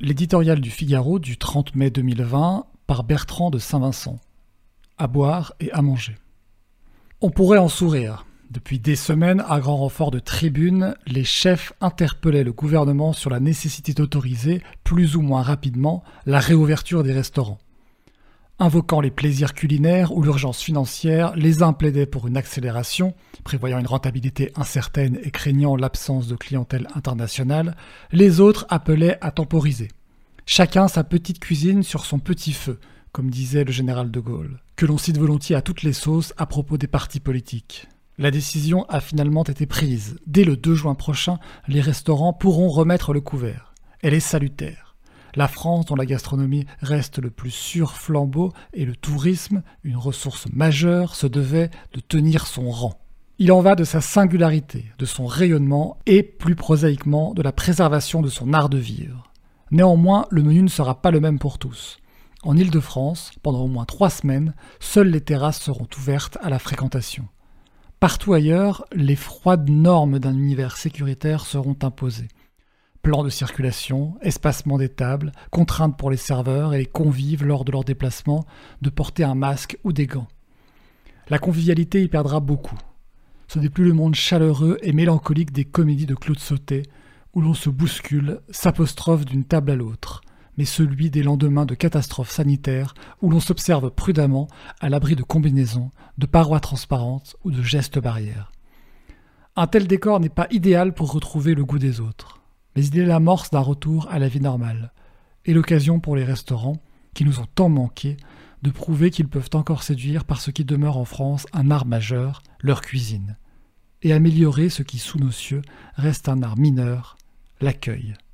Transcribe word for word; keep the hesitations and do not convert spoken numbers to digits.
L'éditorial du Figaro du trente mai deux mille vingt par Bertrand de Saint-Vincent. À boire et à manger. On pourrait en sourire. Depuis des semaines, à grand renfort de tribunes, les chefs interpellaient le gouvernement sur la nécessité d'autoriser, plus ou moins rapidement, la réouverture des restaurants. Invoquant les plaisirs culinaires ou l'urgence financière, les uns plaidaient pour une accélération, prévoyant une rentabilité incertaine et craignant l'absence de clientèle internationale, les autres appelaient à temporiser. Chacun sa petite cuisine sur son petit feu, comme disait le général de Gaulle, que l'on cite volontiers à toutes les sauces à propos des partis politiques. La décision a finalement été prise. Dès le deux juin prochain, les restaurants pourront remettre le couvert. Elle est salutaire. La France, dont la gastronomie reste le plus sûr flambeau, et le tourisme, une ressource majeure, se devait de tenir son rang. Il en va de sa singularité, de son rayonnement et, plus prosaïquement, de la préservation de son art de vivre. Néanmoins, le menu ne sera pas le même pour tous. En Île-de-France, pendant au moins trois semaines, seules les terrasses seront ouvertes à la fréquentation. Partout ailleurs, les froides normes d'un univers sécuritaire seront imposées. Plan de circulation, espacement des tables, contraintes pour les serveurs et les convives lors de leur déplacement de porter un masque ou des gants. La convivialité y perdra beaucoup. Ce n'est plus le monde chaleureux et mélancolique des comédies de Claude Sautet, où l'on se bouscule, s'apostrophe d'une table à l'autre, mais celui des lendemains de catastrophes sanitaires où l'on s'observe prudemment à l'abri de combinaisons, de parois transparentes ou de gestes barrières. Un tel décor n'est pas idéal pour retrouver le goût des autres. Mais il est l'amorce d'un retour à la vie normale, et l'occasion pour les restaurants, qui nous ont tant manqué, de prouver qu'ils peuvent encore séduire par ce qui demeure en France un art majeur, leur cuisine, et améliorer ce qui, sous nos cieux, reste un art mineur, l'accueil.